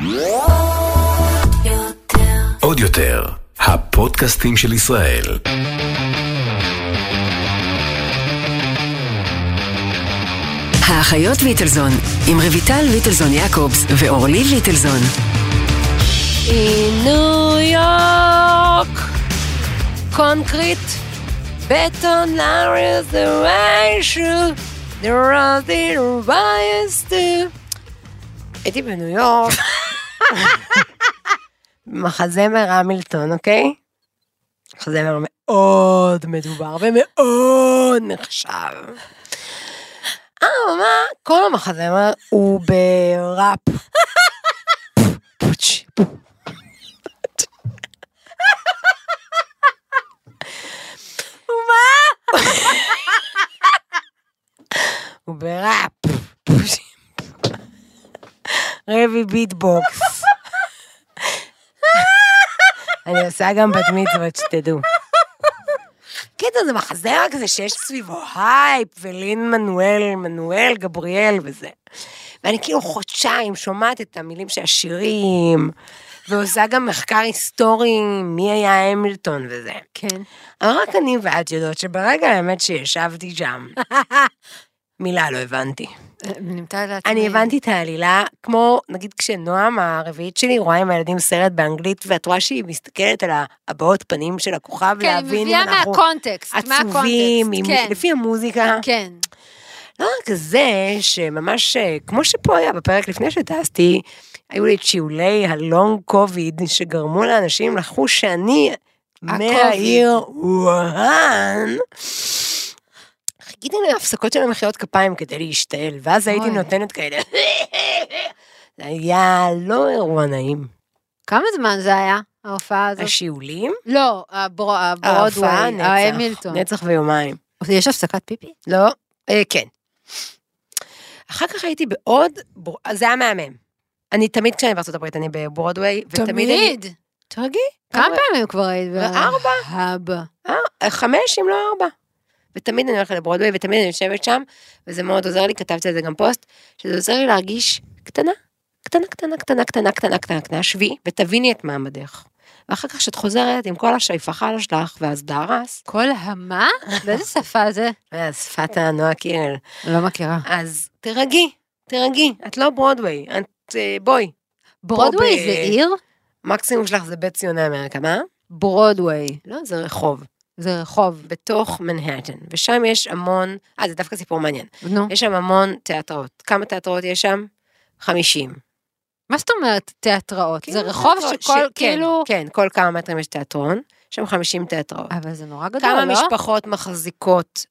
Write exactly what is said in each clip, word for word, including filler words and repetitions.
עוד יותר, הפודקאסטים של ישראל. האחיות ויטלזון, עם רויטל ויטלזון יעקובס ואורלי ויטלזון. In New York, concrete, beton, ladders, the racial, the rosy bias too. הייתי בניו יורק, מחזמר המילטון, אוקיי? מחזמר מאוד מדובר ומאוד נחשב. אה, מה? כל המחזמר הוא בראפ. ומה? הוא בראפ. רבי ביטבוקס. אני עושה גם בת מצוות שתדעו. קטע, זה מחזר כזה שיש סביבו הייפ, ולין מנואל, מנואל, גבריאל וזה. ואני כאילו חודשיים שומעת את המילים של השירים, ועושה גם מחקר היסטורי, מי היה המילטון וזה. כן. אבל רק אני ואת יודעות שברגע האמת שישבתי שם, מילה לא הבנתי. נמתה לעצמי. אני הבנתי את העלילה, כמו נגיד כשנועם הרביעית שלי רואה עם הילדים סרט באנגלית, ואת רואה שהיא מסתכלת על הבעות פנים של הכוכב, כן, להבין אם אנחנו מהקונטקסט, עצובים, עם, כן. לפי המוזיקה. כן. לא רק זה, שממש, כמו שפה היה בפרק לפני שטסתי, היו לי את שיעולי הלונג קוביד, שגרמו לאנשים לחוש שאני מהעיר ווהאן, חיכיתי להפסקות של המחיאות כפיים כדי להשתעל, ואז הייתי נותנת כאלה, זה היה לא אירוע נעים. כמה זמן זה היה, ההופעה הזאת? השיעולים? לא, הברודווי, ההמילטון. נצח ויומיים. יש הפסקת פיפי? לא, כן. אחר כך הייתי בעוד, זה היה מהמם. אני תמיד כשאני בארצות הברית, אני בברודווי. תמיד? תרגי. כמה פעמים כבר היית? ארבע. ארבע. חמש אם לא ארבע. ותמיד אני הולכת לברודווי, ותמיד אני יושבת שם, וזה מאוד עוזר לי, כתבתי על זה גם פוסט, שזה עוזר לי להרגיש קטנה, קטנה, קטנה, קטנה, קטנה, קטנה, קטנה, קטנה, שבי, ותביני את מעמדך. ואחר כך שאת חוזרת עם כל השייפחה שלך, ואז דרס. כל המה? באיזה שפה זה? שפת הנועה קירל. לא מכירה. אז תרגי, תרגי, את לא ברודווי, את בואי. ברודווי זה עיר? מקסימום שלך זה בית ציוני אמריקה, מה? ברודווי. לא, זה רחוב. זה רחוב. בתוך מנהטן, ושם יש המון, אה, זה דווקא סיפור מעניין. נו. יש שם המון תיאטראות. כמה תיאטראות יש שם? חמישים. מה זאת אומרת תיאטראות? זה רחוב שכל, כאילו... כן, כל כמה מטרים יש תיאטרון, יש שם חמישים תיאטראות. אבל זה נורא גדול, כמה לא? משפחות מחזיקות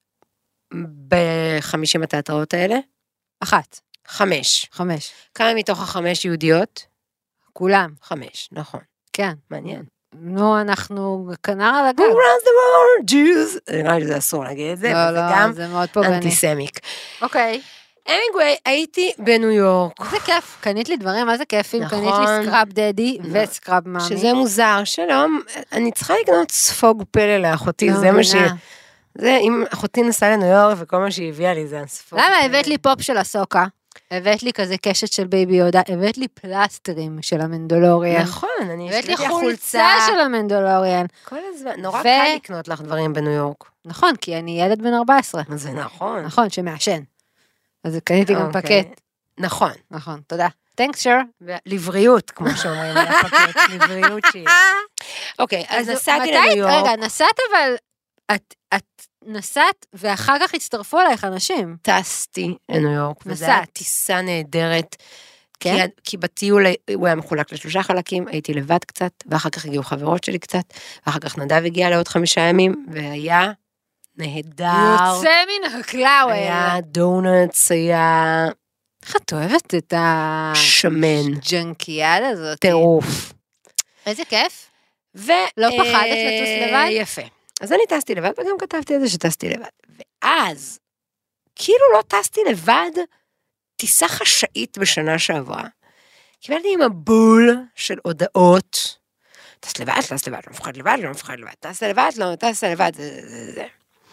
בחמישים התיאטראות האלה? אחת. חמש. חמש. כמה מתוך החמש יהודיות? כולם. חמש, נכון. כן. מעניין. נו, אנחנו כנר על הגב. Who runs the world, Jews? נראה לי זה אסור להגיד את זה, לא, וזה לא, גם זה מאוד פוגעני. אנטיסמיק. אוקיי. anyway, הייתי בניו יורק. זה כיף, קנית לי דברים, מה זה כיף? אם נכון. קנית לי סקראב דדי וסקראב מאמי. שזה מוזר, שלום, אני צריכה לקנות ספוג פלא לאחותי, לא זה מה ש... מבינה. זה, אם אחותי נסעה לניו יורק, וכל מה שהיא הביאה לי זה הספוג למה? פלא. הבאת לי פופ של הסוקה, הבאת לי כזה קשת של בייבי יודה, הבאת לי פלסטרים של המנדולוריאן. נכון, אני הבאת לי השליתי חולצה של המנדולוריאן. כל הזמן, נורא ו- קל לקנות לך דברים בניו יורק. נכון, כי אני ילד בן ארבע עשרה. זה נכון. נכון, שמעשן. אז קניתי גם אוקיי. פקט. נכון. נכון, תודה. Thanks, sure. לבריאות, כמו שאומרים, על הפקט, לבריאות שיהיה. אוקיי, אז נסעתי מתי- לניו יורק. רגע, נסעת אבל, את, את נסעת, ואחר כך הצטרפו אלייך אנשים. טסתי לניו יורק, וזו נסעת. הייתה טיסה נהדרת, כן? כי, כי בטיול הוא היה מחולק לשלושה חלקים, הייתי לבד קצת, ואחר כך הגיעו חברות שלי קצת, ואחר כך נדב הגיע לעוד חמישה ימים, והיה נהדר. יוצא מן הקלאוול. היה דונטס, היה איך את אוהבת את שמן, הג'נקיאד הזאת? טירוף. איזה כיף. ו... לא פחדת לטוס לבד? יפה. אז אני טסתי לבד, וגם כתבתי את זה שטסתי לבד. ואז, כאילו לא טסתי לבד, טיסה חשאית בשנה שעברה. קיבלתי עם הבול של הודעות, טס לבד, טס לבד, לא מפחד לבד, לא מפחד לבד, טס לבד, לא, טס לבד, זה, זה, זה.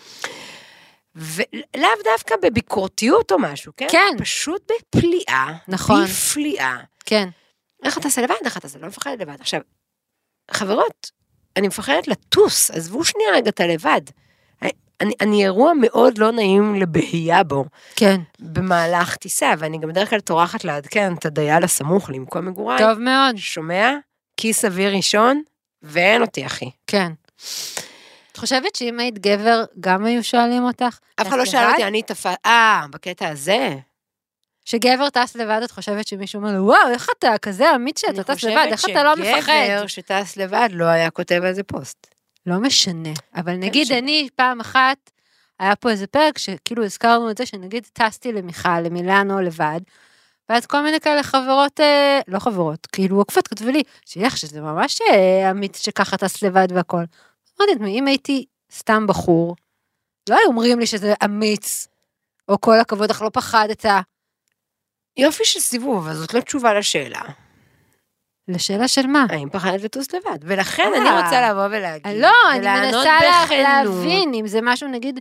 ולאו דווקא בביקורתיות או משהו, כן? כן. פשוט בפליאה. נכון. בפליאה. כן. איך אתה עושה לבד, איך אתה עושה, לא מפחדת לבד. עכשיו, חברות, אני מפחדת לטוס, עזבו שנייה רגע את הלבד. אני, אני אירוע מאוד לא נעים לבהייה בו. כן. במהלך טיסה, ואני גם בדרך כלל טורחת לעדכן את הדייל הסמוך למקום מגוריי. טוב מאוד. שומע? כיס אוויר ראשון, ואין אותי, אחי. כן. את חושבת שאם היית גבר, גם היו שואלים אותך? אף אחד לא שאל אותי, אני תפ... אה, בקטע הזה. שגבר טס לבד, את חושבת שמישהו אומר לו, וואו, איך אתה כזה אמיץ שאתה טס לבד, איך אתה לא מפחד? אני חושבת שגבר שטס לבד לא היה כותב על זה פוסט. לא משנה, אבל נגיד אני פעם אחת, היה פה איזה פרק שכאילו הזכרנו את זה, שנגיד טסתי למיכל, למילאנו לבד, ואז כל מיני כאלה חברות, לא חברות, כאילו עוקפות כתבו לי, שאיך שזה ממש אמיץ שככה טס לבד והכל. אמרתי, אם הייתי סתם בחור, לא היו אומרים לי שזה אמיץ, או כל הכבוד, אך לא פחדת. יופי של סיבוב, אבל זאת לא תשובה לשאלה. לשאלה של מה? האם פחדת לטוס לבד, ולכן אני רוצה לבוא ולהגיד. לא, אני מנסה להבין אם זה משהו, נגיד,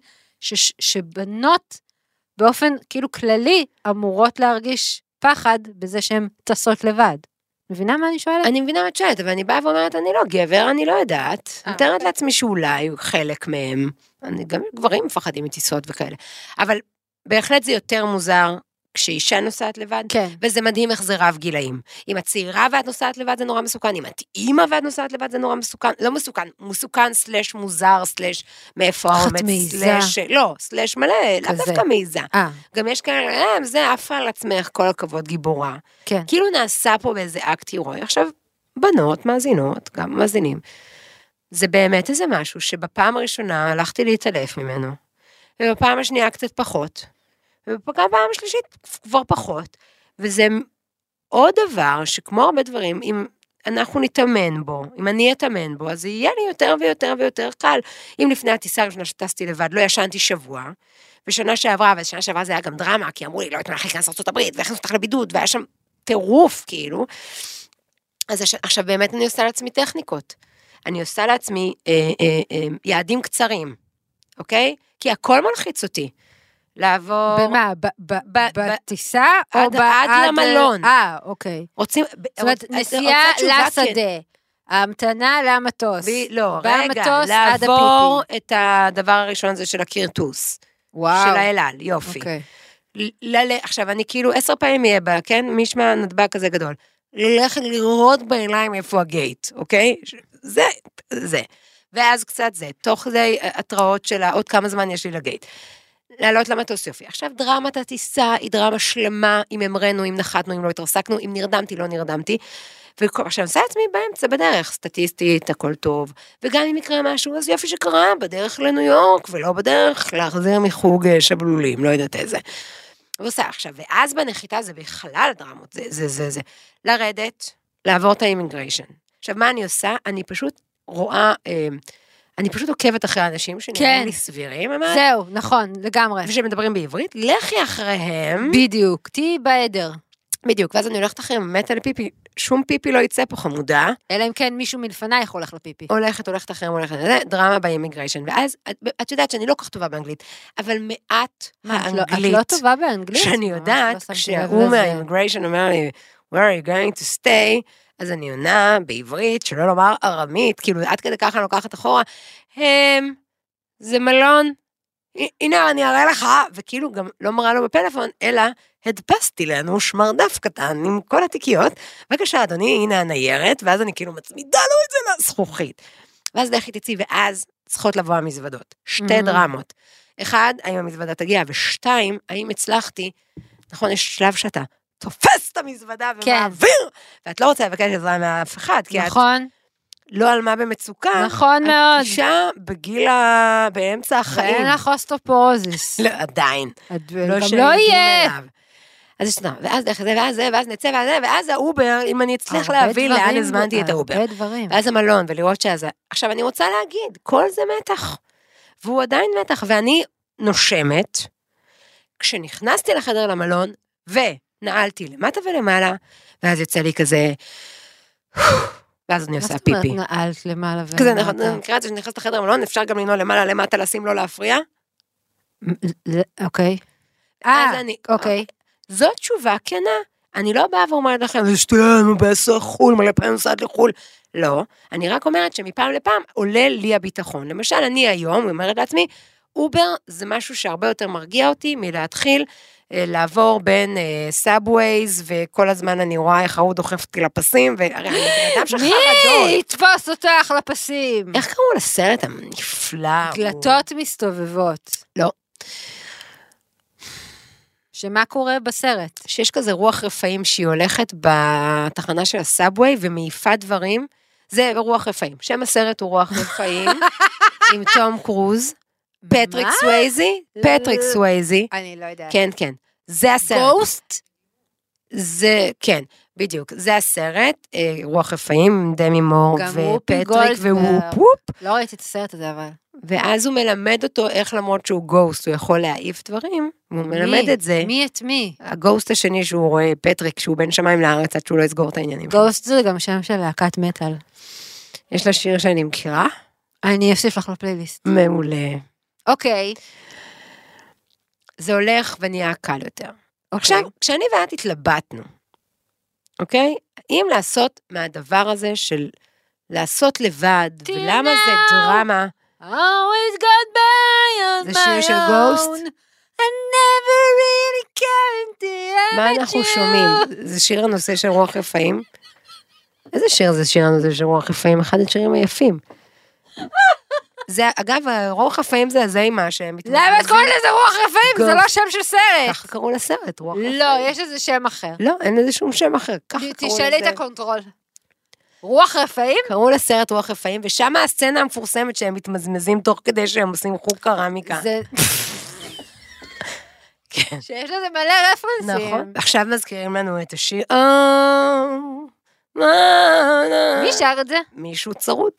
שבנות באופן כאילו כללי אמורות להרגיש פחד בזה שהן טסות לבד. מבינה מה אני שואלת? אני מבינה מה את שואלת, אבל אני באה ואומרת, אני לא גבר, אני לא יודעת. אני מתארת לעצמי שאולי חלק מהם, גם גברים מפחדים מטיסות וכאלה, אבל בהחלט זה יותר מוזר, כשאישה נוסעת לבד, כן. וזה מדהים איך זה רב גילאים. אם את צעירה ואת נוסעת לבד זה נורא מסוכן, אם את אימא ואת נוסעת לבד זה נורא מסוכן, לא מסוכן, מסוכן סלש מוזר, סלש מאיפה האומץ, סלש, לא, סלש מלא, לא דווקא מעיזה. גם יש כאלה, אה, זה אף על עצמך, כל הכבוד גיבורה. כן. כאילו נעשה פה באיזה אקט הירואי. עכשיו, בנות, מאזינות, גם מאזינים, זה באמת איזה משהו שבפעם הראשונה הלכתי להתעלף ממנו, ובפעם השנייה קצת פחות, ובפעם השלישית כבר פחות, וזה עוד דבר שכמו הרבה דברים, אם אנחנו נתאמן בו, אם אני אתאמן בו, אז זה יהיה לי יותר ויותר ויותר קל. אם לפני הטיסה הראשונה שטסתי לבד, לא ישנתי שבוע, ושנה שעברה, ושנה שעברה זה היה גם דרמה, כי אמרו לי, לא הייתם לך להיכנס לארצות הברית, והכנסנו אותך לבידוד, והיה שם טירוף, כאילו. אז עכשיו באמת אני עושה לעצמי טכניקות. אני עושה לעצמי אה, אה, אה, יעדים קצרים, אוקיי? כי הכל מלחיץ אותי. לעבור... במה? בטיסה? עד למלון. אה, אוקיי. רוצים... זאת אומרת, נסיעה לשדה, ההמתנה למטוס. לא, רגע, לעבור את הדבר הראשון הזה של הקרטוס. וואו. של האלל, יופי. עכשיו, אני כאילו עשר פעמים יהיה בה, כן? מישמע נדבק כזה גדול. ללכת לראות בעיניים איפה הגייט, אוקיי? זה, זה. ואז קצת זה, תוך זה התראות שלה, עוד כמה זמן יש לי לגייט. לעלות למטוס יופי. עכשיו דרמת הטיסה היא דרמה שלמה, אם אמרנו, אם נחתנו, אם לא התרסקנו, אם נרדמתי, לא נרדמתי. ועכשיו עושה עצמי באמצע בדרך, סטטיסטית, הכל טוב. וגם אם יקרה משהו, אז יופי שקרה, בדרך לניו יורק, ולא בדרך להחזיר מחוג שבלולים, לא יודעת איזה. ועושה עכשיו, ואז בנחיתה זה בכלל דרמות, זה, זה, זה, זה. לרדת, לעבור את האימיגריישן. עכשיו, מה אני עושה? אני פשוט רואה... אה, אני פשוט עוקבת אחרי האנשים שנראים לי סבירים. זהו, נכון, לגמרי. ושמדברים בעברית, לכי אחריהם. בדיוק, תהי בעדר. בדיוק, ואז אני הולכת אחריהם, מתה לפיפי, שום פיפי לא יצא פה חמודה. אלא אם כן מישהו מלפנייך הולך לפיפי. הולכת, הולכת אחריהם, הולכת, זה דרמה באימיגריישן, ואז, את יודעת שאני לא כך טובה באנגלית, אבל מעט האנגלית. את לא טובה באנגלית? שאני יודעת, כשהוא מהאימיגריישן אומר לי, where are you going to stay? אז אני עונה בעברית, שלא לומר ארמית, כאילו עד כדי ככה אני לוקחת אחורה, הם, זה מלון, הנה אני אראה לך, וכאילו גם לא מראה לו בפלאפון, אלא הדפסתי לנו שמרדף קטן עם כל התיקיות, בבקשה אדוני, הנה הניירת, ואז אני כאילו מצמידה לו את זה לזכוכית. ואז לכי תצאי, ואז צריכות לבוא המזוודות. שתי דרמות. אחד, האם המזוודה תגיע, ושתיים, האם הצלחתי, נכון, יש שלב שאתה, תופס את המזוודה ומעביר, ואת לא רוצה לבקש עזרה מאף אחד, כי את לא על מה במצוקה, נכון מאוד. את אישה בגיל ה... באמצע החיים. אין לך אוסטופורוזיס. לא, עדיין. גם לא יהיה. אז יש דבר, ואז דרך זה, ואז זה, ואז נצא, ואז זה, ואז האובר, אם אני אצליח להבין לאן הזמנתי את האובר. ואז המלון, ולראות שזה. עכשיו, אני רוצה להגיד, כל זה מתח. והוא עדיין מתח, ואני נושמת, כשנכנסתי לחדר למלון, ונעלתי למטה ולמעלה, ואז יוצא לי כזה, ואז אני עושה פיפי. מה זאת אומרת נעלת למעלה ולמטה? כזה, נקרא את זה שנכנסת לחדר למלון, אפשר גם לנעול למעלה למטה, לשים לא להפריע. אוקיי. אה, אוקיי. זאת תשובה כנה. אני לא באה ואומרת לכם, זה שתינו בעשר חול, מלא פעמים נוסעת לחול. לא, אני רק אומרת שמפעם לפעם עולה לי הביטחון. למשל, אני היום אומרת לעצמי, אובר זה משהו שהרבה יותר מרגיע אותי מלהתחיל לעבור בין סאבווייז, וכל הזמן אני רואה איך ההוא דוחף אותי לפסים, והרי אני בן אדם שחרדות. מי יתפוס אותך לפסים? איך קראו לסרט הנפלא? דלתות מסתובבות. לא. שמה קורה בסרט? שיש כזה רוח רפאים שהיא הולכת בתחנה של הסאבווי ומעיפה דברים, זה רוח רפאים. שם הסרט הוא רוח רפאים, עם תום קרוז, פטריק סווייזי, פטריק סווייזי. אני לא יודעת. כן, כן. זה הסרט. גוסט? זה, כן, בדיוק. זה הסרט, רוח רפאים, דמי מור ופטריק ווופ וופ. לא ראיתי את הסרט הזה, אבל... ואז הוא מלמד אותו איך למרות שהוא גוסט, הוא יכול להעיף דברים, והוא מלמד את זה. מי את מי? הגוסט השני שהוא רואה, פטריק, שהוא בין שמיים לארץ, עד שהוא לא יסגור את העניינים. גוסט זה גם שם של להקת מטל. יש לה שיר שאני מכירה? אני אוסיף לך לפלייליסט. מעולה. אוקיי. זה הולך ונהיה קל יותר. עכשיו, כשאני ואת התלבטנו, אוקיי? אם לעשות מהדבר הזה של לעשות לבד, ולמה זה דרמה, always got by on my own. זה שיר של גוסט? I never really cared to מה אנחנו שומעים? זה שיר הנושא של רוח רפאים? איזה שיר זה שיר הנושא של רוח רפאים? אחד השירים היפים. זה, אגב, רוח רפאים זה הזיימה שהם מתמודדים. למה את קוראים לזה רוח רפאים? זה לא שם של סרט. ככה קראו לסרט, רוח רפאים. לא, יש איזה שם אחר. לא, אין איזה שום שם אחר. תשאלי את הקונטרול. רוח רפאים? קראו לסרט רוח רפאים, ושם הסצנה המפורסמת שהם מתמזמזים תוך כדי שהם עושים חוג קרמיקה. זה... כן. שיש לזה מלא רפרנסים. נכון. עכשיו מזכירים לנו את השיר... מי שר את זה? מישהו צרוד.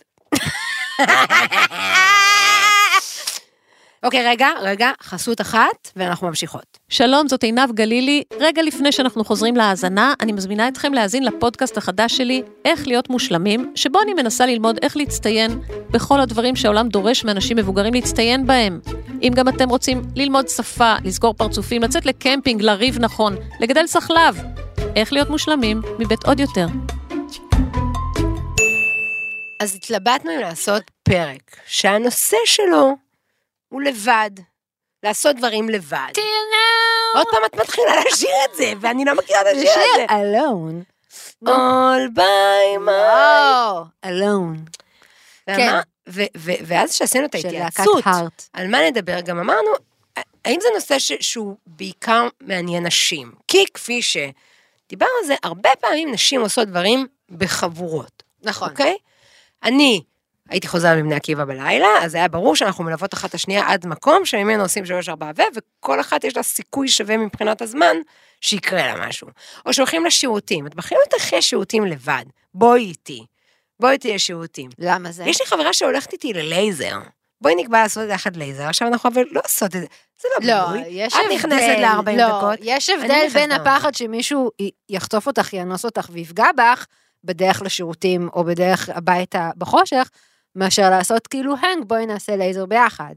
אוקיי, רגע, רגע, חסות אחת, ואנחנו ממשיכות. שלום, זאת עינב גלילי. רגע לפני שאנחנו חוזרים להאזנה, אני מזמינה אתכם להאזין לפודקאסט החדש שלי, איך להיות מושלמים, שבו אני מנסה ללמוד איך להצטיין בכל הדברים שהעולם דורש מאנשים מבוגרים להצטיין בהם. אם גם אתם רוצים ללמוד שפה, לסגור פרצופים, לצאת לקמפינג, לריב נכון, לגדל סחלב, איך להיות מושלמים מבית עוד יותר. אז התלבטנו עם לעשות פרק, שהנושא שלו הוא לבד, לעשות דברים לבד. עוד פעם את מתחילה לשיר את זה, ואני לא מכירה את השיר הזה. alone. all by my... alone. כן. ואז שעשינו את ההתייעצות, על מה נדבר, גם אמרנו, האם זה נושא שהוא בעיקר מעניין נשים? כי כפי שדיברנו על זה, הרבה פעמים נשים עושות דברים בחבורות. נכון. אוקיי? אני הייתי חוזרת מבני עקיבא בלילה, אז היה ברור שאנחנו מלוות אחת השנייה עד מקום, שממנו עושים שלוש ארבע ו, וכל אחת יש לה סיכוי שווה מבחינת הזמן, שיקרה לה משהו. או שהולכים לשירותים, את בכלל לא תחי שירותים לבד, בואי איתי, בואי איתי לשירותים. למה זה? יש לי חברה שהולכת איתי ללייזר, בואי נקבע לעשות את זה אחד לייזר, עכשיו אנחנו אבל לא עושות את זה, זה לא בואי, את נכנסת ל-ארבעים דקות. יש הבדל בין הפחד שמישהו יחטוף אותך, ינוס אותך ויפגע בך, בדרך לשירותים או בדרך הביתה בחושך, מאשר לעשות כאילו הנג, בואי נעשה לייזר ביחד.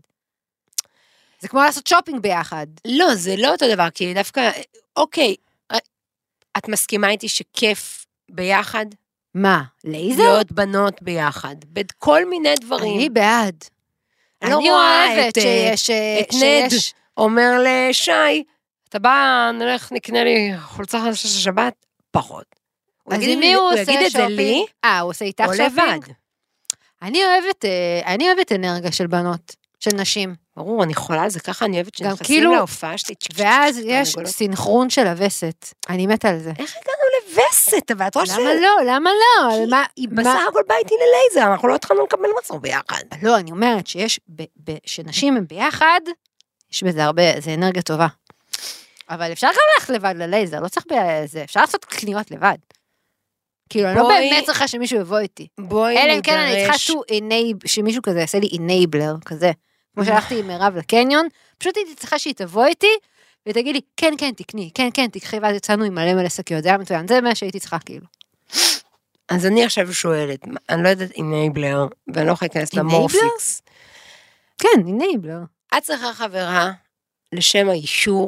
זה כמו לעשות שופינג ביחד. לא, זה לא אותו דבר, כי דווקא, אוקיי, את מסכימה איתי שכיף ביחד? מה, לייזר? להיות בנות ביחד, בכל מיני דברים. אני בעד. אני, אני אוהבת שיש... את נד אומר לשי, אתה בא, נלך, נקנה לי חולצה חדשה של שבת, פחות. אז עם מי הוא עושה שופינג? את זה לי, אה, הוא עושה איתך שופינג? אני אוהבת, אני אוהבת אנרגיה של בנות, של נשים. ברור, אני יכולה על זה ככה, אני אוהבת שנכנסים להופעה שלי. ואז יש סינכרון של הווסת. אני מתה על זה. איך הגענו לווסת? אבל את רואה ש... למה לא? למה לא? כי בסך הכל בא איתי ללייזר, אנחנו לא התחלנו לקבל מצור ביחד. לא, אני אומרת שיש, שנשים הם ביחד, יש בזה הרבה, זה אנרגיה טובה. אבל אפשר גם ללכת לבד ללייזר, לא צריך בזה, אפשר לעשות קניות לבד. כאילו, אני לא באמת צריכה שמישהו יבוא איתי. בואי נדרש. אלא אם כן אני צריכה שמישהו כזה יעשה לי אינבלר, כזה. כמו שהלכתי עם מירב לקניון, פשוט הייתי צריכה שהיא תבוא איתי, ותגיד לי, כן, כן, תקני, כן, כן, תקחי, ואז יצאנו עם מלא מלא שקיות, זה היה מצוין, זה מה שהייתי צריכה, כאילו. אז אני עכשיו שואלת, אני לא יודעת אינבלר, ואני לא יכולה להיכנס למורפיקס. כן, אינבלר. את צריכה חברה לשם האישור,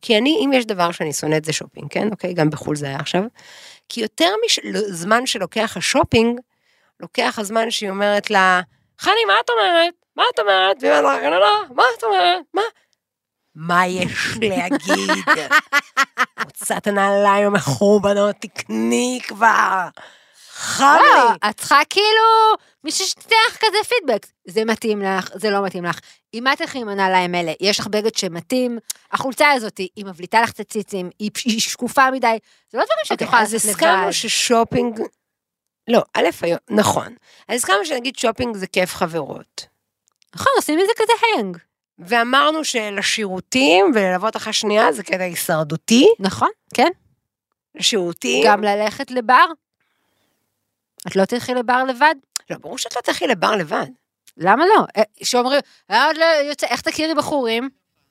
כי אני, אם יש דבר שאני שונאת זה שופינג, כן? אוקיי, גם בחול זה היה עכשיו. כי יותר מזמן שלוקח השופינג, לוקח הזמן שהיא אומרת לה, חני, מה את אומרת? מה את אומרת? והיא אומרת לה, לא, לא, מה את אומרת? מה? מה יש להגיד? מוצאת הנעליים המחורבנות, תקני כבר. חני. לא, את צריכה כאילו, מישהו שתתן לך כזה פידבק. זה מתאים לך, זה לא מתאים לך. אם את תלכי עם הנעליים האלה, יש לך בגד שמתאים, החולצה הזאת, היא מבליטה לך את הציצים, היא שקופה מדי, זה לא דברים שאת יכולה לעשות לבד. אז הסכמנו ששופינג, לא, א' היום, נכון. אז הסכמנו שנגיד שופינג זה כיף חברות. נכון, עושים מזה כזה הנג. ואמרנו שלשירותים וללוות אחת שנייה זה כזה הישרדותי. נכון, כן. לשירותים. גם ללכת לבר. את לא תלכי לבר לבד? לא, ברור שאת לא תלכי לבר לבד. למה לא? שאומרים, איך תכירי בחורים?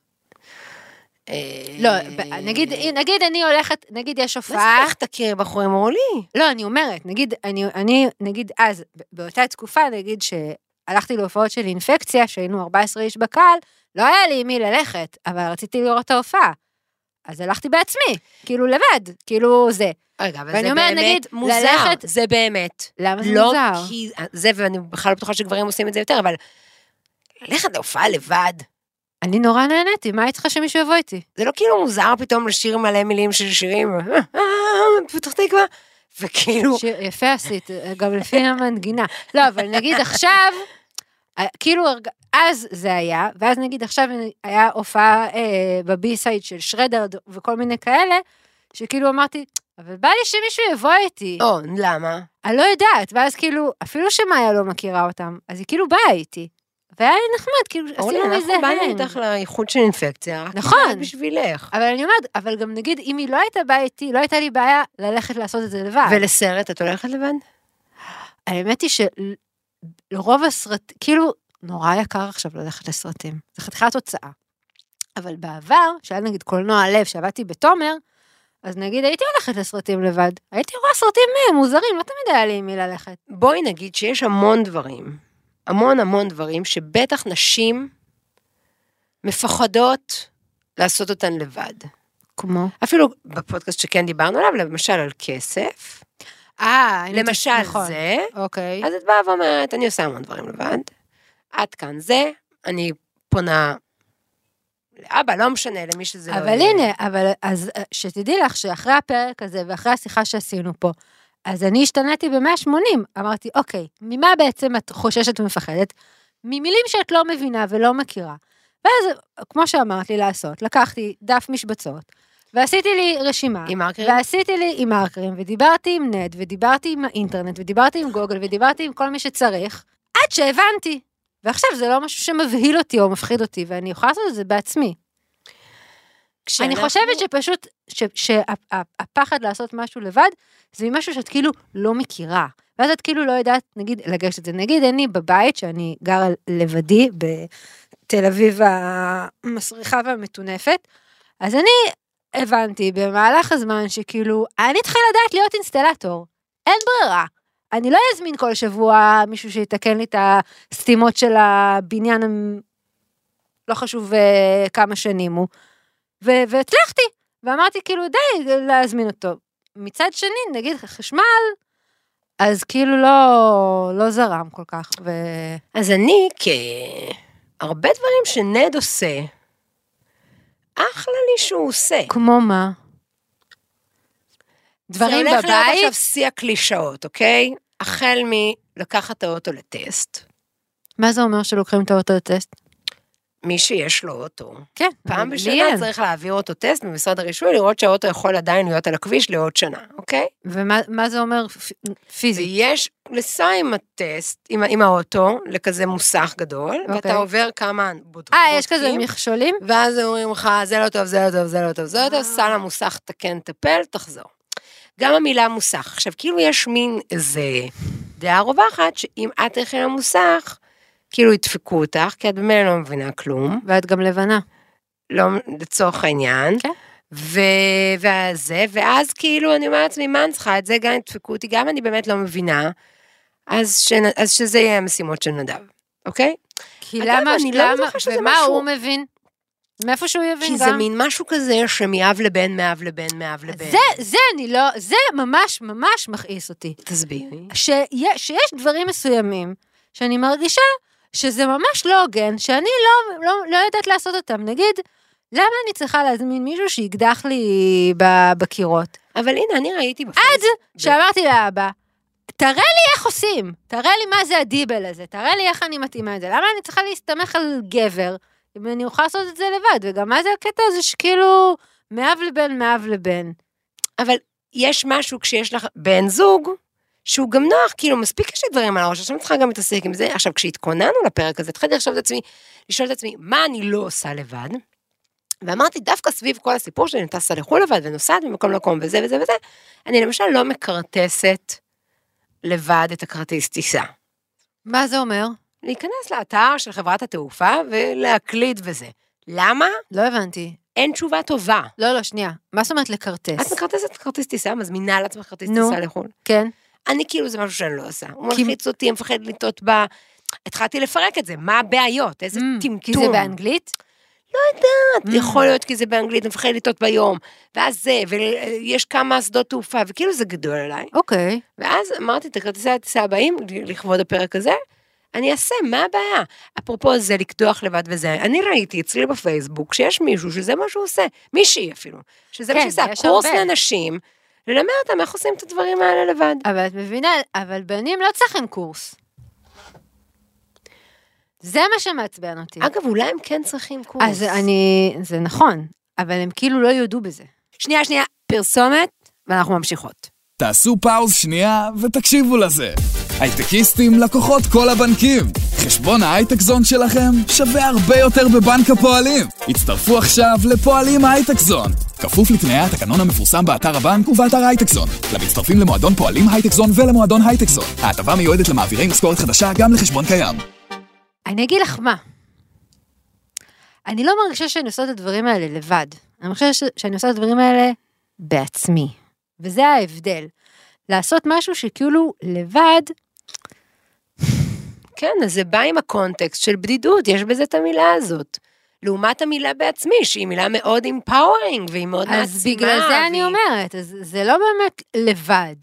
לא, נגיד, נגיד אני הולכת, נגיד יש הופעה. מה זה איך תכירי בחורים, אמרו לי? לא, אני אומרת, נגיד, אני, נגיד אז, באותה תקופה, נגיד שהלכתי להופעות של אינפקציה, שהיינו ארבעה עשר איש בקהל, לא היה לי עם מי ללכת, אבל רציתי לראות את ההופעה. אז הלכתי בעצמי, כאילו לבד, כאילו זה. רגע, אבל זה באמת מוזר, זה באמת. למה זה מוזר? לא, כי זה, ואני בכלל לא בטוחה שגברים עושים את זה יותר, אבל ללכת להופעה לבד. אני נורא נהניתי, מה היית צריכה שמישהו יבוא איתי? זה לא כאילו מוזר פתאום לשיר מלא מילים של שירים, פתח תקווה, וכאילו... שיר, יפה עשית, גם לפי המנגינה. לא, אבל נגיד עכשיו, כאילו, אז זה היה, ואז נגיד עכשיו היה הופעה אה, בבי-סייד של שרדר וכל מיני כאלה, שכאילו אמרתי, אבל בא לי שמישהו יבוא איתי. או, למה? אני לא יודעת, ואז כאילו, אפילו שמאיה לא מכירה אותם, אז היא כאילו באה איתי. והיה לי נחמד, כאילו, עשינו מזה אנחנו באנו איתך לאיחוד של אינפקציה, רק נכון. בשבילך. אבל אני אומרת, אבל גם נגיד, אם היא לא הייתה באה איתי, לא הייתה לי בעיה ללכת לעשות את זה לבד. ולסרט, את הולכת לבד? האמת היא שלרוב הסרט, כאילו, נורא יקר עכשיו ללכת לסרטים. זה חתיכת הוצאה. אבל בעבר, שהיה נגיד קולנוע לב, שעבדתי בתומר, אז נגיד הייתי הולכת לסרטים לבד. הייתי רואה סרטים מוזרים, לא תמיד היה לי עם מי ללכת. בואי נגיד שיש המון דברים, המון המון דברים, שבטח נשים מפחדות לעשות אותן לבד. כמו? אפילו בפודקאסט שכן דיברנו עליו, למשל על כסף. אה, למשל נכון. זה. אוקיי. אז את באה ואומרת, אני עושה המון דברים לבד. עד כאן זה, אני פונה לאבא, לא משנה, למי שזה לא... אבל הנה, אבל אז שתדעי לך שאחרי הפרק הזה, ואחרי השיחה שעשינו פה, אז אני השתניתי ב-מאה ושמונים, אמרתי, אוקיי, ממה בעצם את חוששת ומפחדת? ממילים שאת לא מבינה ולא מכירה. ואז, כמו שאמרת לי לעשות, לקחתי דף משבצות, ועשיתי לי רשימה. עם מרקרים? ועשיתי לי עם מרקרים, ודיברתי עם נט, ודיברתי עם האינטרנט, ודיברתי עם גוגל, ודיברתי עם כל מי שצריך, עד שהבנתי. ועכשיו זה לא משהו שמבהיל אותי או מפחיד אותי, ואני יכולה לעשות את זה בעצמי. אני חושבת שפשוט, שהפחד לעשות משהו לבד, זה משהו שאת כאילו לא מכירה. ואז את כאילו לא יודעת, נגיד, לגשת את זה. נגיד, אני בבית, שאני גרה לבדי, בתל אביב המסריחה והמטונפת, אז אני הבנתי במהלך הזמן שכאילו, אני צריכה לדעת להיות אינסטלטור. אין ברירה. אני לא אזמין כל שבוע מישהו שיתקן לי את הסתימות של הבניין, לא חשוב כמה שנים הוא. והצלחתי, ואמרתי כאילו די להזמין אותו. מצד שני, נגיד חשמל, אז כאילו לא, לא זרם כל כך. ו... אז אני, כהרבה דברים שנד עושה, אחלה לי שהוא עושה. כמו מה? דברים בבית? זה הולך להיות עכשיו שיא הקלישאות, אוקיי? החל מלקחת את האוטו לטסט. מה זה אומר שלוקחים את האוטו לטסט? מי שיש לו אוטו. כן. פעם בשנה צריך להעביר אותו טסט במשרד הרישוי, לראות שהאוטו יכול עדיין להיות על הכביש לעוד שנה, אוקיי? ומה זה אומר פיזית? ויש לסע עם הטסט, עם, עם האוטו, לכזה מוסך גדול, אוקיי. ואתה עובר כמה בודקים. אה, יש כזה מכשולים? ואז אומרים לך, זה לא טוב, זה לא טוב, זה לא טוב, זה לא טוב, סע למוסך, תקן, טפל, תחזור. גם המילה מוסך. עכשיו, כאילו יש מין איזה דעה רווחת, שאם את תלכי למוסך, כאילו ידפקו אותך, כי את באמת לא מבינה כלום. ואת גם לבנה. לא, לצורך העניין. כן. וזה, ואז כאילו אני אומרת לעצמי, מה אני צריכה את זה, גם ידפקו אותי, גם אני באמת לא מבינה, אז, ש... אז שזה יהיה המשימות של נדב, אוקיי? כי למה, אני למה, לא בטוחה שזה ומה משהו... הוא מבין? מאיפה שהוא יבין כי גם. זה מין משהו כזה שמאב לבן, מאב לבן, מאב לבן. זה, זה אני לא, זה ממש ממש מכעיס אותי. תסבירי. שיש, שיש דברים מסוימים שאני מרגישה שזה ממש לא הוגן, שאני לא, לא, לא יודעת לעשות אותם. נגיד, למה אני צריכה להזמין מישהו שיגדח לי בקירות? אבל הנה, אני ראיתי בפייס. עד שאמרתי לאבא, תראה לי איך עושים, תראה לי מה זה הדיבל הזה, תראה לי איך אני מתאימה את זה, למה אני צריכה להסתמך על גבר, אם אני אוכל לעשות את זה לבד, וגם מה זה הקטע הזה שכאילו, מאב לבן, מאב לבן. אבל יש משהו כשיש לך בן זוג, שהוא גם נוח, כאילו מספיק יש לי דברים על הראש, עכשיו אני צריכה גם להתעסק עם זה, עכשיו כשהתכוננו לפרק הזה, התחלתי לחשוב את עצמי, לשאול את עצמי, מה אני לא עושה לבד, ואמרתי, דווקא סביב כל הסיפור שלי, אני טסה לחו"ל לבד, ונוסעת ממקום למקום, וזה וזה וזה, אני למשל לא מקרטסת לבד את הכרטיס טיסה. מה זה אומר? להיכנס לאתר של חברת התעופה, ולהקליד וזה. למה? לא הבנתי. אין תשובה טובה. לא, לא, שנייה. מה זאת אומרת לקרטס? את מקרטסת כרטיס טיסה, מזמינה על עצמך כרטיס נו. טיסה לחו"ל. כן. אני כאילו זה משהו שאני לא עושה. הוא כי- מלחיץ אותי, מפחד לטעות בה. התחלתי לפרק את זה, מה הבעיות? איזה Mm, טמטום. כי זה באנגלית? יודעת, יכול להיות כי זה באנגלית, מפחד לטעות ביום, ואז זה, ויש כמה שדות תעופה, וכאילו זה גדול עליי. אוקיי. ואז אמרתי, את הכרטיסי הטיסה הבאים, לכבוד הפרק הזה, אני אעשה, מה הבעיה? אפרופו זה, לקדוח לבד וזה, אני ראיתי אצלי בפייסבוק, שיש מישהו שזה מה שהוא עושה, מישהי אפילו, שזה מה כן, שעושה, יש קורס הרבה. לנשים, ללמד אותם איך עושים את הדברים האלה לבד. אבל את מבינה, אבל בנים לא צריכים קורס. זה מה שמעצבן אותי. אגב, אולי הם כן צריכים קורס. אז אני, זה נכון, אבל הם כאילו לא יודו בזה. שנייה, שנייה, פרסומת, ואנחנו ממשיכות. תעשו פאוז שנייה ותקשיבו לזה. הייטקיסטים לקוחות כל הבנקים. חשבון ההייטק זון שלכם שווה הרבה יותר בבנק הפועלים. הצטרפו עכשיו לפועלים הייטק זון. כפוף לתנאי התקנון המפורסם באתר הבנק ובאתר הייטק זון. למצטרפים למועדון פועלים הייטק זון ולמועדון הייטק זון. ההטבה מיועדת למעבירי משכורת חדשה גם לחשבון קיים. אני אגיד לך מה. אני לא מרגישה שאני עושה את הדברים האלה לבד. אני מרגישה שאני עושה את הדברים האלה בעצמי. וזה ההבדל. לעשות משהו שכאילו לבד, כן, אז זה בא עם הקונטקסט של בדידות, יש בזה את המילה הזאת. לעומת המילה בעצמי, שהיא מילה מאוד empowering, והיא מאוד מעצימה. אז בגלל זה והיא... אני אומרת, אז זה לא באמת לבד.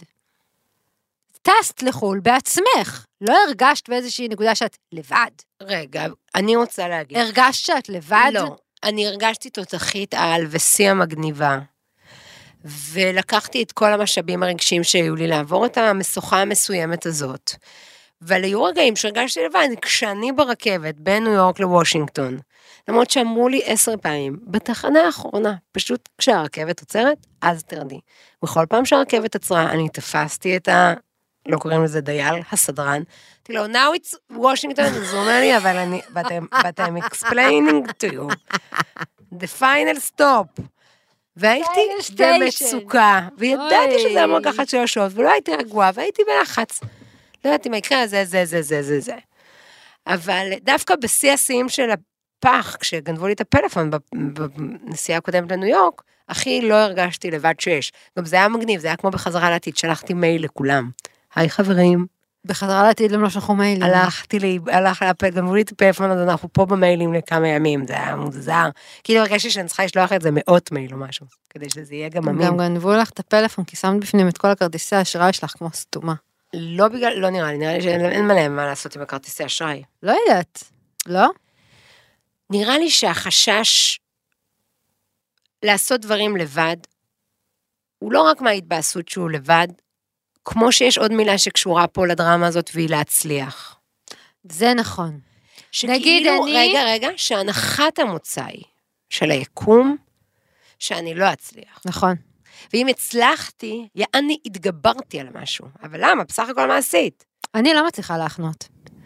טסת לחול בעצמך. לא הרגשת באיזושהי נקודה שאת לבד. רגע, אני רוצה להגיד. הרגשת שאת לבד? לא, אני הרגשתי תותחית על ושיא המגניבה, ולקחתי את כל המשאבים הרגשיים שהיו לי לעבור את המשוכה המסוימת הזאת, אבל היו רגעים שהרגשתי לבד, כשאני ברכבת בין ניו יורק לוושינגטון, למרות שאמרו לי עשר פעמים, בתחנה האחרונה, פשוט כשהרכבת עוצרת, אז תרדי. בכל פעם שהרכבת עצרה, אני תפסתי את ה... לא קוראים לזה דייל, הסדרן. אמרתי לו, now it's Washington, אז הוא אומר לי, אבל אני, but I'm, but I'm explaining to you, the final stop. והייתי במצוקה, וידעתי שזה אמור לקחת שלוש שעות, ולא הייתי רגועה, והייתי בלחץ. לא ידעתי מה יקרה, זה, זה, זה, זה, זה, זה. אבל דווקא בשיא השיאים של הפח, כשגנבו לי את הפלאפון בנסיעה הקודמת לניו יורק, הכי לא הרגשתי לבד שיש. גם זה היה מגניב, זה היה כמו בחזרה לעתיד, שלחתי מייל לכולם. היי חברים. בחזרה לעתיד למלא שלחו מיילים. הלכתי לי, הלך להפל, גנבו לי את הפלאפון, אז אנחנו פה במיילים לכמה ימים, זה היה מוזר. כאילו הרגשתי שאני צריכה לשלוח את זה מאות מייל או משהו, כדי שזה יהיה גם אמין. גם גנבו לך את הפלאפון, כי שמת בפנים את כל הכרטיסי אשראי שלך כמו סתומה. לא בגלל, לא נראה לי, נראה לי שאין מלא מה לעשות עם הכרטיסי אשראי. לא יודעת, לא? נראה לי שהחשש לעשות דברים לבד, הוא לא רק מההתבאסות שהוא לבד, כמו שיש עוד מילה שקשורה פה לדרמה הזאת, והיא להצליח. זה נכון. נגיד אני... רגע, רגע, שהנחת המוצא היא של היקום, שאני לא אצליח. נכון. ואם הצלחתי, יעני התגברתי על משהו. אבל למה? בסך הכל מה עשית? אני לא מצליחה להחנות.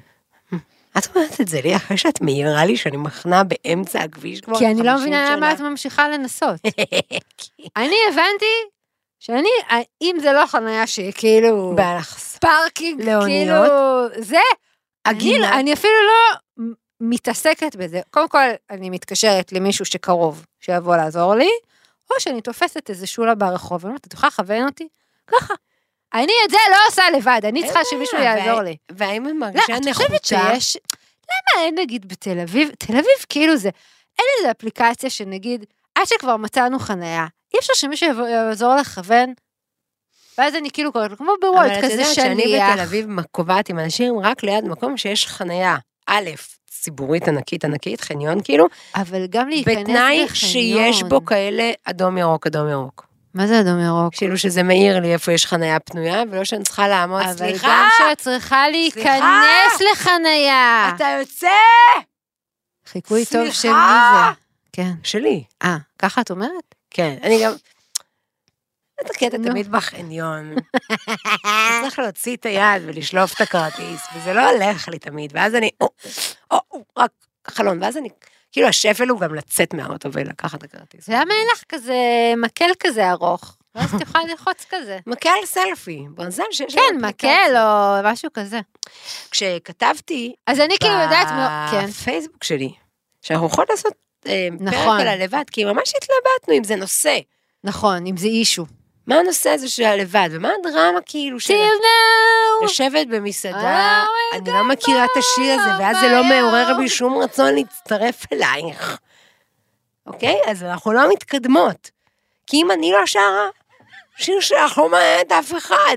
את אומרת את זה לי, אחרי שאת מעירה לי שאני מחנה באמצע הכביש כבר כי אני לא מבינה למה את ממשיכה לנסות. אני הבנתי שאני, אם זה לא חניה שכאילו... באלכס. פארקינג, לאוניות. כאילו... זה... אני, אני אפילו לא מתעסקת בזה. קודם כל, אני מתקשרת למישהו שקרוב, שיבוא לעזור לי, או שאני תופסת איזה שולה ברחוב, ואומרת, את יכולה לכוון אותי? ככה. אני את זה לא עושה לבד, אני צריכה שמישהו יעזור לי. והאם הם מרגישה נחותה? שיש... למה אין נגיד בתל אביב? תל אביב כאילו זה... אין איזה אפליקציה שנגיד, עד שכבר מצאנו חניה, אי אפשר שמישהו יעזור לכוון, ואז אני כאילו קוראת, כמו בוולט, כזה שליח. אבל את יודעת שאני בתל אביב קובעת עם אנשים רק ליד מקום שיש חניה, א', ציבורית ענקית ענקית, חניון כאילו, אבל גם להיכנס בחניון. בתנאי שיש בו כאלה אדום ירוק, אדום ירוק. מה זה אדום ירוק? כאילו שזה מאיר לי איפה יש חניה פנויה, ולא שאני צריכה לעמוד, סליחה. אבל גם שאת צריכה להיכנס לחניה. אתה יוצא! חיקוי טוב של מי זה. כן. שלי. אה, ככה את אומרת? כן, אני גם... את הקטע תמיד בחניון. צריך להוציא את היד ולשלוף את הכרטיס, וזה לא הולך לי תמיד, ואז אני... או, או, רק חלון, ואז אני... כאילו השפל הוא גם לצאת מהאוטו ולקחת את הכרטיס. למה אין לך כזה מקל כזה ארוך? ואז תוכל ללחוץ כזה. מקל סלפי, ברזל שיש... כן, מקל או משהו כזה. כשכתבתי... אז אני כאילו יודעת... כן. בפייסבוק שלי, שאנחנו יכולות לעשות פרק על הלבד, כי ממש התלבטנו אם זה נושא. נכון, אם זה אישו. מה הנושא הזה של הלבד, ומה הדרמה כאילו של... לשבת במסעדה, אני לא מכירה את השיר הזה, ואז זה לא מעורר בי שום רצון להצטרף אלייך. אוקיי? אז אנחנו לא מתקדמות. כי אם אני לא שרה, שיר שלך לא מעניין את אף אחד.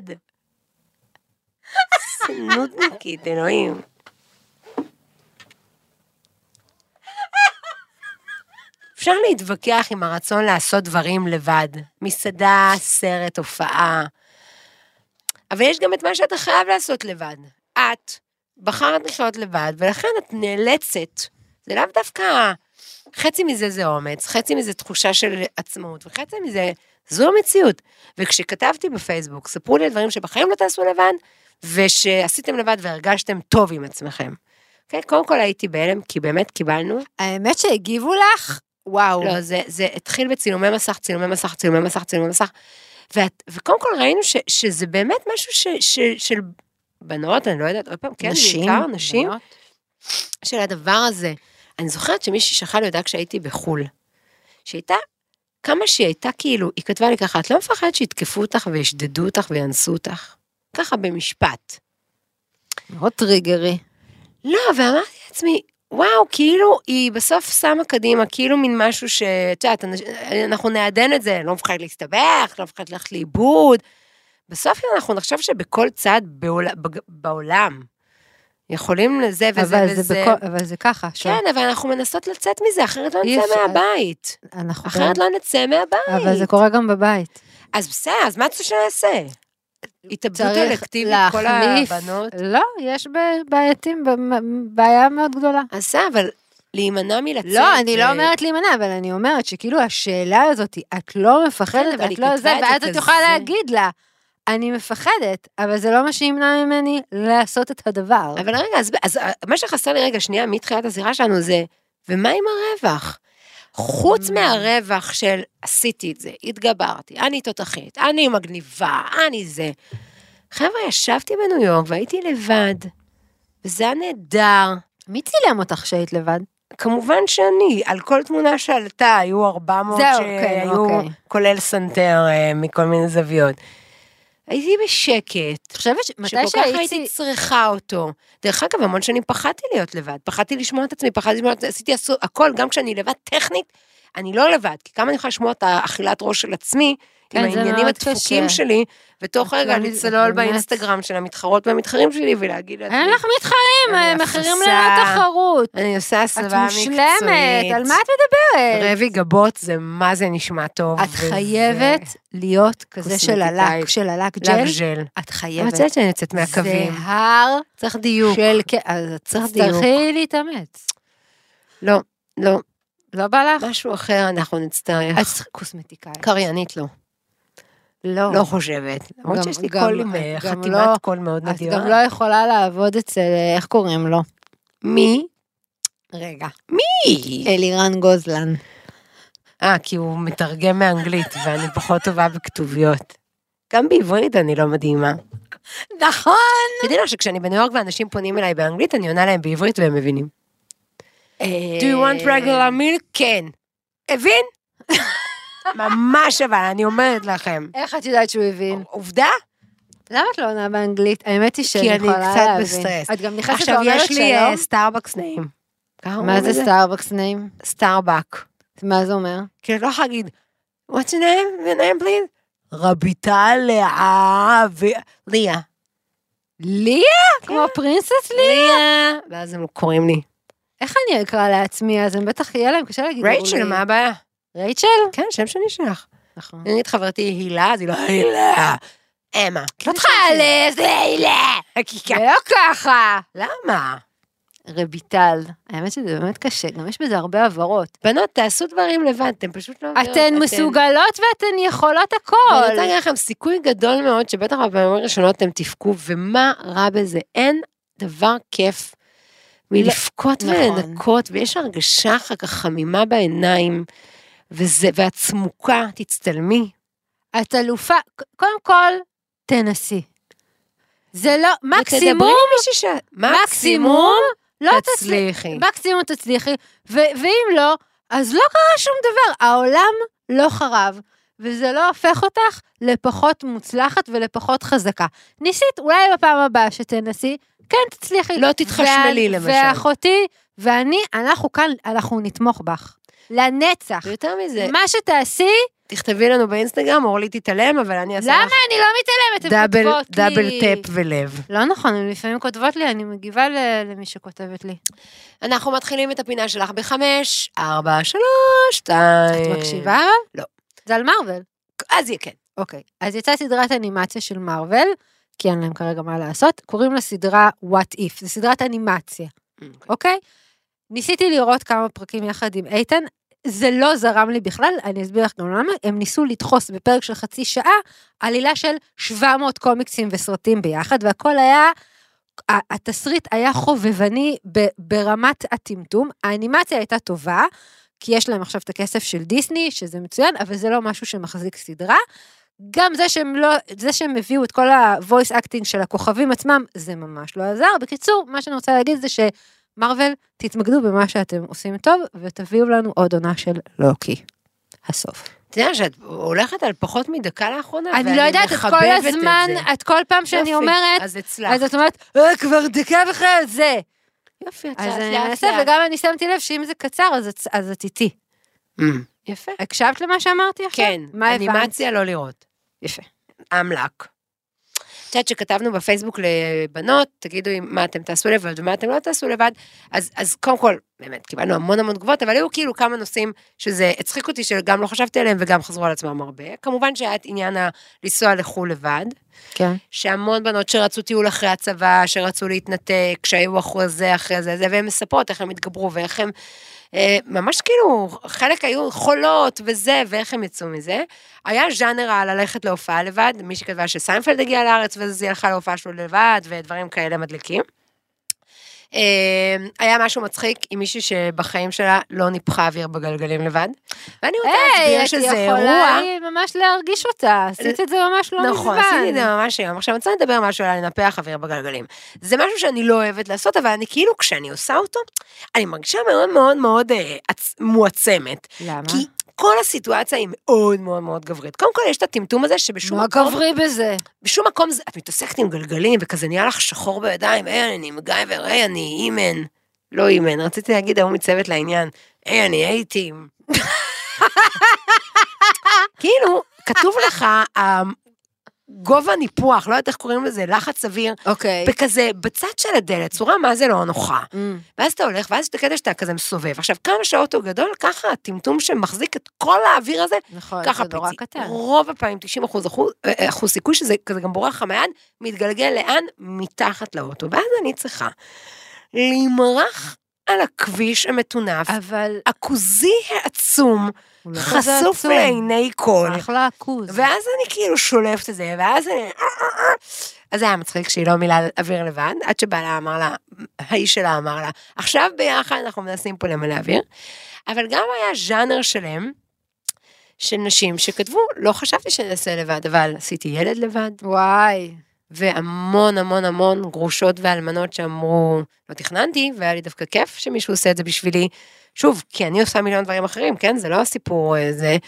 נודניקית, אלוהים. אפשר להתווכח עם הרצון לעשות דברים לבד. מסעדה, סרט, הופעה. אבל יש גם את מה שאתה חייב לעשות לבד. את בחרת לחיות לבד, ולכן את נאלצת. זה לאו דווקא... חצי מזה זה אומץ, חצי מזה תחושה של עצמאות, וחצי מזה זו המציאות. וכשכתבתי בפייסבוק, ספרו לי דברים שבחיים לא תעשו לבד, ושעשיתם לבד והרגשתם טוב עם עצמכם. Okay, קודם כל הייתי בהלם, כי באמת קיבלנו. האמת שהגיבו לך? וואו. לא, זה, זה התחיל בצילומי מסך, צילומי מסך, צילומי מסך, צילומי מסך, ואת, וקודם כל ראינו ש, שזה באמת משהו ש, ש, של בנות, אני לא יודעת, עוד פעם, כן, נשים, בעיקר נשים, בנות. של הדבר הזה. אני זוכרת שמישהי שלחה לי הודעה כשהייתי בחול, שהייתה, כמה שהיא הייתה כאילו, היא כתבה לי ככה, את לא מפחדת שיתקפו אותך וישדדו אותך ויאנסו אותך? ככה במשפט. מאוד טריגרי. לא, ואמרתי לעצמי, וואו, כאילו, היא בסוף שמה קדימה, כאילו מין משהו ש... תשעת, אנחנו נעדן את זה, לא מפחדת להסתבך, לא מפחדת ללכת לאיבוד. בסוף אנחנו נחשב שבכל צד בעול, בעולם, יכולים לזה וזה אבל וזה. זה בכל, אבל זה ככה. כן, אבל אנחנו מנסות לצאת מזה, אחרת לא נצא מהבית. אנחנו אחרת לא נצא מהבית. אבל זה קורה גם בבית. אז בסדר, אז מה אתה שנעשה? התאבדות אלקטיבית, כל הבנות. לא, יש בעייתים, בעיה מאוד גדולה. אז זה, אבל להימנע מלצאת. לא, אני לא אומרת להימנע, אבל אני אומרת שכאילו השאלה הזאת, את לא מפחדת, את לא זה, ואז את תוכל להגיד לה, אני מפחדת, אבל זה לא מה שימנע ממני לעשות את הדבר. אבל רגע, אז, אז מה שחסר לי רגע שנייה, מתחילת הזירה שלנו זה, ומה עם הרווח? חוץ מהרווח של עשיתי את זה, התגברתי, אני תותחית, אני מגניבה, אני זה. חבר'ה, ישבתי בניו יורק והייתי לבד, וזה היה נהדר. מי צילם אותך שהיית לבד? כמובן שאני, על כל תמונה שעלתה, היו ארבע מאות שהיו, כולל סנטר מכל מיני זוויות. הייתי בשקט, חושבת שמתי שכל כך שהייתי... הייתי צריכה אותו. דרך אגב, המון שנים פחדתי להיות לבד, פחדתי לשמוע את עצמי, פחדתי לשמוע את עצמי, עשיתי הכל, גם כשאני לבד טכנית, אני לא לבד, כי כמה אני יכולה לשמוע את האכילת ראש של עצמי, עם העניינים הדפוקים שלי, ותוך רגע לצלול באינסטגרם של המתחרות והמתחרים שלי, ולהגיד לעצמי. אין לך מתחרים, מחירים ללא תחרות. אני עושה הסבה מקצועית. את מושלמת, על מה את מדברת? רבי גבות זה מה זה נשמע טוב. את חייבת להיות כזה של הלק, של הלק ג'ל. את חייבת. אני רוצה שאני יוצאת מהקווים. זה הר. צריך דיוק. אז צריך דיוק. צריכי להתאמץ. לא, לא. לא בא לך? משהו אחר אנחנו נצטרך. אז קוסמטיקאי. קריינית לא. לא. לא חושבת. למרות שיש לי קול עם חתימת קול מאוד נדירה. את גם לא יכולה לעבוד אצל, איך קוראים לו? מי? רגע. מי? אלירן גוזלן. אה, כי הוא מתרגם מאנגלית, ואני פחות טובה בכתוביות. גם בעברית אני לא מדהימה. נכון. תדעי לך שכשאני בניו יורק ואנשים פונים אליי באנגלית, אני עונה להם בעברית והם מבינים. Do you want regular milk? כן. הבין? ממש אבל, אני אומרת לכם. איך את יודעת שהוא הבין? עובדה? למה את לא עונה באנגלית? האמת היא שאני יכולה להבין. כי אני קצת בסטרס. את גם נכנסת עכשיו ואומרת יש לי סטארבקס נעים. מה זה סטארבקס ניים? סטארבק. מה זה אומר? כאילו, לא יכולה להגיד, what's your name? your name, please? רביטל לאה ו... ליה. ליה? כמו פרינסס ליה? ליה. ואז הם קוראים לי. איך אני אקרא לעצמי? אז הם בטח יהיה להם קשה להגיד. רייצ'ל, מה הבעיה? רייצ'ל? כן, שם שני שלך. נכון. אני את חברתי הילה, אז היא לא הילה. אמה. לא תחלה, זה הילה. חקיקה. ולא ככה. למה? רביטל. האמת שזה באמת קשה, גם יש בזה הרבה עברות. בנות, תעשו דברים לבד, אתם פשוט לא... אתן מסוגלות ואתן יכולות הכל. ואני רוצה להגיד לכם, סיכוי גדול מאוד שבטח בפעמים הראשונות אתם תפקו, ומה רע בזה? אין דבר כיף מלפקות ולנקות, ויש הרגשה אחר כך חמימה בעיניים, והצמוקה, תצטלמי. את אלופה, קודם כל, תנסי. זה לא, מקסימום, ותדברי עם מישהי ש... מקסימום, לא תצליחי. מקסימום תצליחי, ואם לא, אז לא קרה שום דבר, העולם לא חרב, וזה לא הופך אותך לפחות מוצלחת ולפחות חזקה. ניסית, אולי בפעם הבאה שתנסי, כן תצליחי. לא תתחשמלי למשל. ואחותי, ואני, אנחנו כאן, אנחנו נתמוך בך. לנצח. ויותר מזה. מה שתעשי, תכתבי לנו באינסטגרם, אורלי תתעלם, אבל אני אעשה לך... למה אני לא מתעלמת? הן כותבות לי. דאבל טאפ ולב. לא נכון, הן לפעמים כותבות לי, אני מגיבה למי שכותבת לי. אנחנו מתחילים את הפינה שלך בחמש, ארבע, שלוש, שתיים. את מקשיבה? לא. זה על מרוול. אז יהיה כן. אוקיי, אז יצאה סדרת אנימציה של מרוול, כי אין להם כרגע מה לעשות, קוראים לה סדרה What If, זה סדרת אנימציה, אוקיי? ניסיתי לראות כמה פרקים יחד עם איתן, זה לא זרם לי בכלל, אני אסביר לך גם למה, הם ניסו לדחוס בפרק של חצי שעה, עלילה של שבע מאות קומיקסים וסרטים ביחד, והכל היה, התסריט היה חובבני ברמת הטמטום, האנימציה הייתה טובה, כי יש להם עכשיו את הכסף של דיסני, שזה מצוין, אבל זה לא משהו שמחזיק סדרה, גם זה שהם, לא, זה שהם הביאו את כל ה-voice acting של הכוכבים עצמם, זה ממש לא עזר. בקיצור, מה שאני רוצה להגיד זה שמרוול, תתמקדו במה שאתם עושים טוב, ותביאו לנו עוד עונה של לוקי. הסוף. אתה יודע שאת הולכת על פחות מדקה לאחרונה, אני לא יודעת, את כל הזמן, את כל פעם שאני אומרת, אז הצלחת. אז את אומרת, אה, כבר דקה בכלל, זה. יופי, את אז אני מנסה, וגם אני שמתי לב שאם זה קצר, אז את איתי. יפה. הקשבת למה שאמרתי עכשיו? כן, אנימציה לא לראות. יפה. אמלק. את יודעת שכתבנו בפייסבוק לבנות, תגידו מה אתם תעשו לבד ומה אתם לא תעשו לבד, אז, אז קודם כל, באמת, קיבלנו המון המון תגובות, אבל היו כאילו כמה נושאים שזה הצחיק אותי, שגם לא חשבתי עליהם וגם חזרו על עצמם הרבה. כמובן שהיה את עניין לנסוע לחו"ל לבד, כן. שהמון בנות שרצו טיול אחרי הצבא, שרצו להתנתק, שהיו אחרי זה, אחרי זה, זה, והן מספרות איך הם התגברו ואיך הם, אה, ממש כאילו, חלק היו חולות וזה, ואיך הם יצאו מזה. היה ז'אנר על ללכת להופעה לבד, מי שכתבה שסיינפלד הגיע לארץ, וזה ילכה להופעה שלו לבד, ודברים כאלה מדליקים. היה משהו מצחיק עם מישהי שבחיים שלה לא ניפחה אוויר בגלגלים לבד, ואני רוצה להסביר שזה אירוע. היי, את יכולה ממש להרגיש אותה, עשית את זה ממש לא מזמן. נכון, עשיתי את זה ממש היום. עכשיו אני רוצה לדבר משהו על לנפח אוויר בגלגלים. זה משהו שאני לא אוהבת לעשות, אבל אני כאילו כשאני עושה אותו, אני מרגישה מאוד מאוד מאוד מועצמת. למה? כי כל הסיטואציה היא מאוד מאוד מאוד גברית. קודם כל יש את הטמטום הזה שבשום מקום... מה גברי בזה? בשום מקום זה, את מתעסקת עם גלגלים, וכזה נהיה לך שחור בידיים, היי, אני מגייבר, היי, אני אימן. לא אימן, רציתי להגיד, ההוא מצוות לעניין, היי, אני הייתי. כאילו, כתוב לך, גובה ניפוח, לא יודעת איך קוראים לזה, לחץ אוויר, אוקיי. בכזה, בצד של הדלת, צורה מה זה לא נוחה. ואז אתה הולך, ואז אתה קטע שאתה כזה מסובב. עכשיו, כמה שעות הוא גדול, ככה הטמטום שמחזיק את כל האוויר הזה, נכון, ככה זה נורא פצי. קטן. רוב הפעמים, תשעים אחוז אחוז סיכוי שזה כזה גם בורח המעד, מתגלגל לאן? מתחת לאוטו. ואז אני צריכה להימרח על הכביש המטונף, אבל... הכוזי העצום, חשוף לעיני כל. אחלה עכוז. ואז אני כאילו שולפת את זה, ואז אני... אז זה היה מצחיק שהיא לא מילה אוויר לבד, עד שבעלה אמר לה, האיש שלה אמר לה, עכשיו ביחד אנחנו מנסים פה למלא אוויר, אבל גם היה ז'אנר שלם, של נשים שכתבו, לא חשבתי שנעשה לבד, אבל עשיתי ילד לבד. וואי. והמון המון המון גרושות ואלמנות שאמרו, לא תכננתי, והיה לי דווקא כיף שמישהו עושה את זה בשבילי, שוב, כי אני עושה מיליון דברים אחרים, כן? זה לא הסיפור, זה...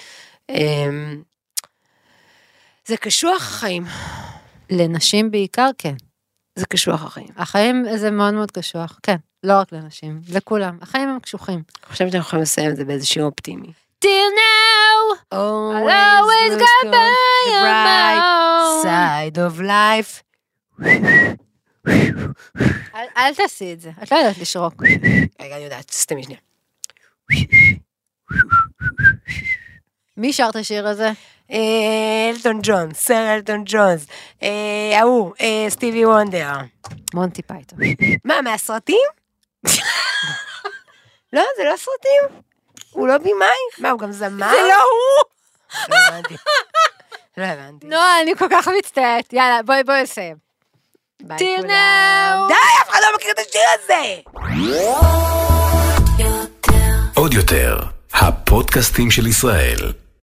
זה קשוח החיים. לנשים בעיקר, כן. זה קשוח החיים. החיים זה מאוד מאוד קשוח, כן. לא רק לנשים, לכולם. החיים הם קשוחים. אני חושבת שאנחנו יכולים לסיים את זה באיזה שיר אופטימי. Till now, Always, always look go on by the your bright mouth. side of life. אל, אל תעשי את זה, את לא יודעת לשרוק. רגע, אני יודעת, סתמי שנייה. מי שר את השיר הזה? אלטון ג'ונס, סר אלטון ג'ונס, ההוא, סטיבי וונדר. מונטי פייתון. מה, מהסרטים? לא, זה לא סרטים. הוא לא בימאי? מה, הוא גם זמר? זה לא הוא! לא הבנתי. לא הבנתי. נועה, אני כל כך מצטערת. יאללה, בואי, בואי נסיים. ביי Till כולם. now. די, אף אחד לא מכיר את השיר הזה! עוד יותר, הפודקאסטים של ישראל.